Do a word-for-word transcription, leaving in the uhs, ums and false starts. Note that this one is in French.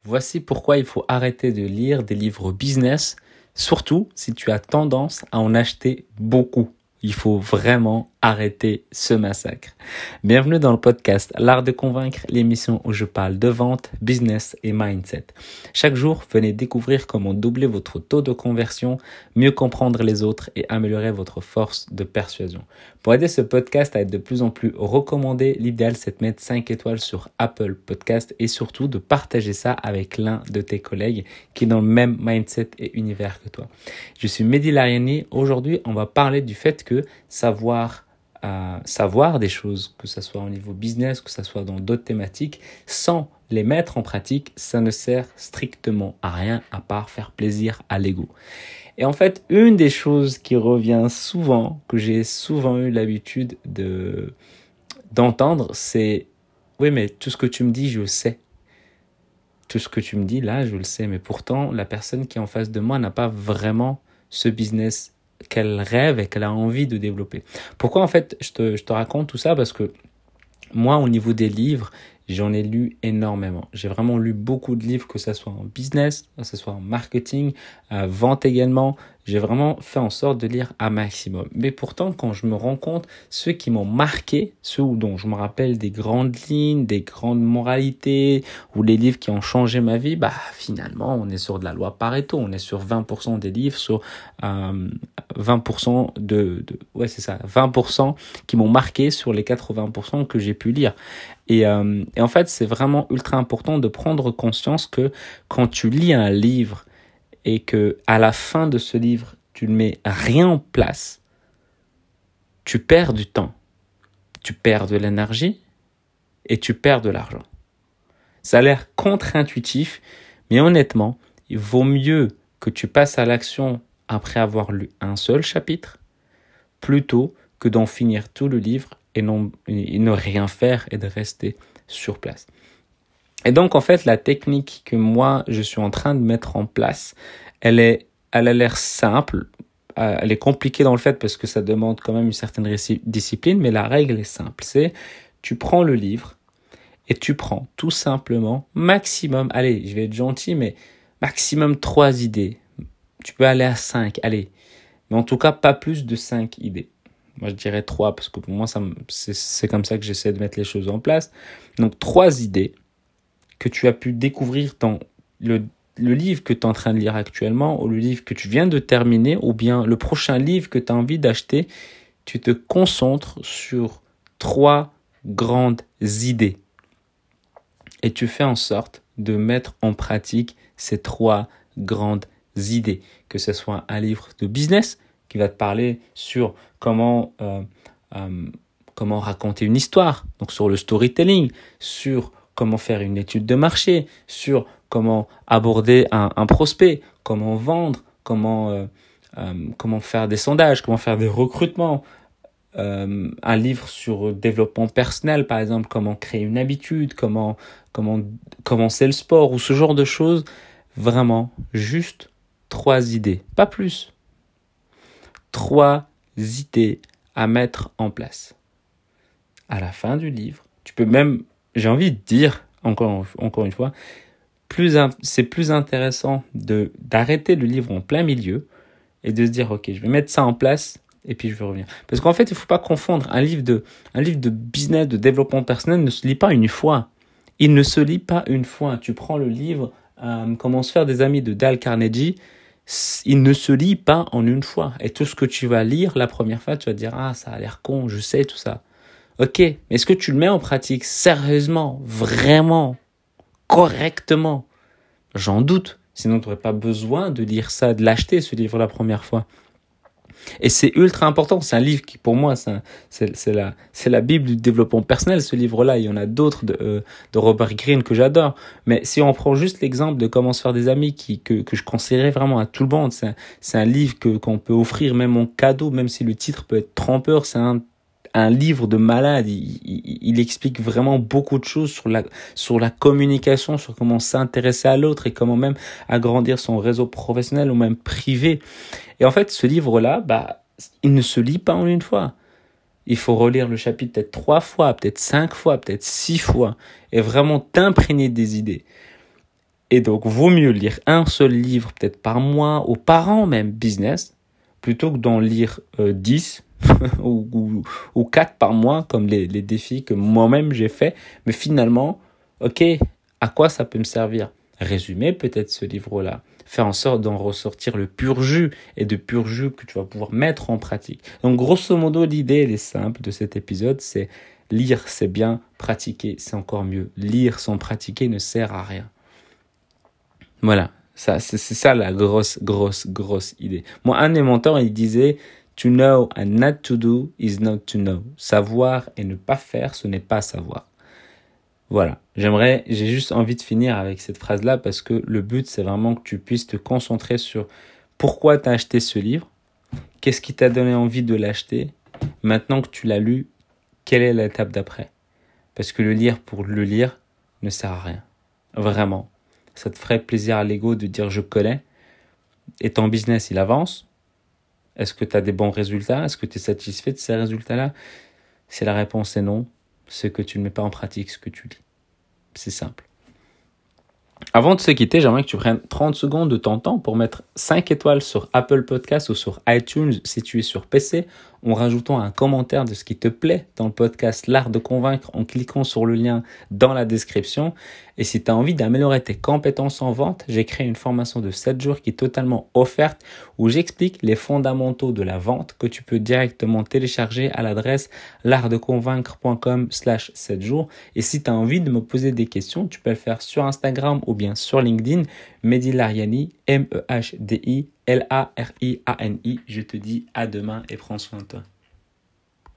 Voici pourquoi il faut arrêter de lire des livres business, surtout si tu as tendance à en acheter beaucoup. Il faut vraiment arrêter ce massacre. Bienvenue dans le podcast L'Art de Convaincre, l'émission où je parle de vente, business et mindset. Chaque jour, venez découvrir comment doubler votre taux de conversion, mieux comprendre les autres et améliorer votre force de persuasion. Pour aider ce podcast à être de plus en plus recommandé, l'idéal c'est de mettre cinq étoiles sur Apple Podcast et surtout de partager ça avec l'un de tes collègues qui est dans le même mindset et univers que toi. Je suis Mehdi Lariani. Aujourd'hui, on va parler du fait que savoir à savoir des choses, que ce soit au niveau business, que ce soit dans d'autres thématiques, sans les mettre en pratique, ça ne sert strictement à rien à part faire plaisir à l'ego. Et en fait, une des choses qui revient souvent, que j'ai souvent eu l'habitude de, d'entendre, c'est « Oui, mais tout ce que tu me dis, je le sais. Tout ce que tu me dis, là, je le sais. Mais pourtant, la personne qui est en face de moi n'a pas vraiment ce business qu'elle rêve et qu'elle a envie de développer. » Pourquoi en fait je te, je te raconte tout ça? Parce que moi, au niveau des livres, j'en ai lu énormément. J'ai vraiment lu beaucoup de livres, que ce soit en business, que ce soit en marketing, euh, vente également. J'ai vraiment fait en sorte de lire un maximum. Mais pourtant, quand je me rends compte, ceux qui m'ont marqué, ceux dont je me rappelle des grandes lignes, des grandes moralités, ou les livres qui ont changé ma vie, bah finalement, on est sur de la loi Pareto. On est sur vingt pour cent des livres, sur euh, vingt pour cent de, de... Ouais, c'est ça, vingt pour cent qui m'ont marqué sur les quatre-vingts pour cent que j'ai pu lire. Et, euh, et en fait, c'est vraiment ultra important de prendre conscience que quand tu lis un livre et que à la fin de ce livre, tu ne mets rien en place, tu perds du temps, tu perds de l'énergie et tu perds de l'argent. Ça a l'air contre-intuitif, mais honnêtement, il vaut mieux que tu passes à l'action après avoir lu un seul chapitre, plutôt que d'en finir tout le livre et, non, et ne rien faire et de rester sur place. Et donc, en fait, la technique que moi, je suis en train de mettre en place, elle est, elle a l'air simple. Elle est compliquée dans le fait parce que ça demande quand même une certaine discipline, mais la règle est simple. C'est, tu prends le livre et tu prends tout simplement maximum, allez, je vais être gentil, mais maximum trois idées. Tu peux aller à cinq, allez. Mais en tout cas, pas plus de cinq idées. Moi, je dirais trois parce que pour moi, ça me, c'est, c'est comme ça que j'essaie de mettre les choses en place. Donc, trois idées que tu as pu découvrir dans le, le livre que tu es en train de lire actuellement ou le livre que tu viens de terminer ou bien le prochain livre que tu as envie d'acheter, tu te concentres sur trois grandes idées et tu fais en sorte de mettre en pratique ces trois grandes idées, que ce soit un livre de business qui va te parler sur comment, euh, euh, comment raconter une histoire, donc sur le storytelling, sur comment faire une étude de marché, sur comment aborder un, un prospect, comment vendre, comment, euh, euh, comment faire des sondages, comment faire des recrutements. Euh, un livre sur le développement personnel, par exemple, comment créer une habitude, comment, comment commencer le sport ou ce genre de choses. Vraiment, juste trois idées, pas plus. Trois idées à mettre en place. À la fin du livre, tu peux même... J'ai envie de dire, encore, encore une fois, plus, c'est plus intéressant de, d'arrêter le livre en plein milieu et de se dire, ok, je vais mettre ça en place et puis je vais revenir. Parce qu'en fait, il ne faut pas confondre un livre de, un livre de business, de développement personnel ne se lit pas une fois. Il ne se lit pas une fois. Tu prends le livre euh, Comment se faire des amis de Dale Carnegie, il ne se lit pas en une fois. Et tout ce que tu vas lire la première fois, tu vas te dire, ah, ça a l'air con, je sais tout ça. Ok, mais est-ce que tu le mets en pratique sérieusement, vraiment, correctement? J'en doute. Sinon, tu n'aurais pas besoin de lire ça, de l'acheter, ce livre la première fois. Et c'est ultra important. C'est un livre qui, pour moi, c'est, un, c'est, c'est, la, c'est la Bible du développement personnel, ce livre-là. Il y en a d'autres de, euh, de Robert Greene que j'adore. Mais si on prend juste l'exemple de Comment se faire des amis, qui, que, que je conseillerais vraiment à tout le monde, c'est un, c'est un livre que, qu'on peut offrir même en cadeau, même si le titre peut être trompeur. C'est un un livre de malade. Il, il, il explique vraiment beaucoup de choses sur la, sur la communication, sur comment s'intéresser à l'autre et comment même agrandir son réseau professionnel ou même privé. Et en fait, ce livre-là, bah, il ne se lit pas en une fois. Il faut relire le chapitre peut-être trois fois, peut-être cinq fois, peut-être six fois et vraiment t'imprégner des idées. Et donc, vaut mieux lire un seul livre peut-être par mois ou par an même, business, plutôt que d'en lire euh, dix ou, ou, ou quatre par mois, comme les, les défis que moi-même j'ai fait. Mais finalement, ok, à quoi ça peut me servir ? Résumer peut-être ce livre-là, faire en sorte d'en ressortir le pur jus et de pur jus que tu vas pouvoir mettre en pratique. Donc grosso modo, l'idée, elle est simple de cet épisode, c'est lire, c'est bien, pratiquer, c'est encore mieux. Lire sans pratiquer ne sert à rien. Voilà, ça, c'est, c'est ça la grosse, grosse, grosse idée. Moi, un de mes mentors, il disait « To know and not to do is not to know ». Savoir et ne pas faire, ce n'est pas savoir. Voilà, j'aimerais, j'ai juste envie de finir avec cette phrase-là parce que le but, c'est vraiment que tu puisses te concentrer sur pourquoi tu as acheté ce livre, qu'est-ce qui t'a donné envie de l'acheter, maintenant que tu l'as lu, quelle est l'étape d'après ? Parce que le lire pour le lire ne sert à rien, vraiment. Ça te ferait plaisir à l'ego de dire « je connais » et ton business, il avance. Est-ce que tu as des bons résultats ? Est-ce que tu es satisfait de ces résultats-là ? Si la réponse est non, c'est que tu ne mets pas en pratique ce que tu lis. C'est simple. Avant de se quitter, j'aimerais que tu prennes trente secondes de ton temps pour mettre cinq étoiles sur Apple Podcasts ou sur iTunes si tu es sur P C, en rajoutant un commentaire de ce qui te plaît dans le podcast L'Art de Convaincre en cliquant sur le lien dans la description. Et si tu as envie d'améliorer tes compétences en vente, j'ai créé une formation de sept jours qui est totalement offerte où j'explique les fondamentaux de la vente que tu peux directement télécharger à l'adresse l'artdeconvaincre.com slash sept jours. Et si tu as envie de me poser des questions, tu peux le faire sur Instagram ou bien sur LinkedIn. Mehdi Lariani, M E H D I L A R I A N I. Je te dis à demain et prends soin de toi.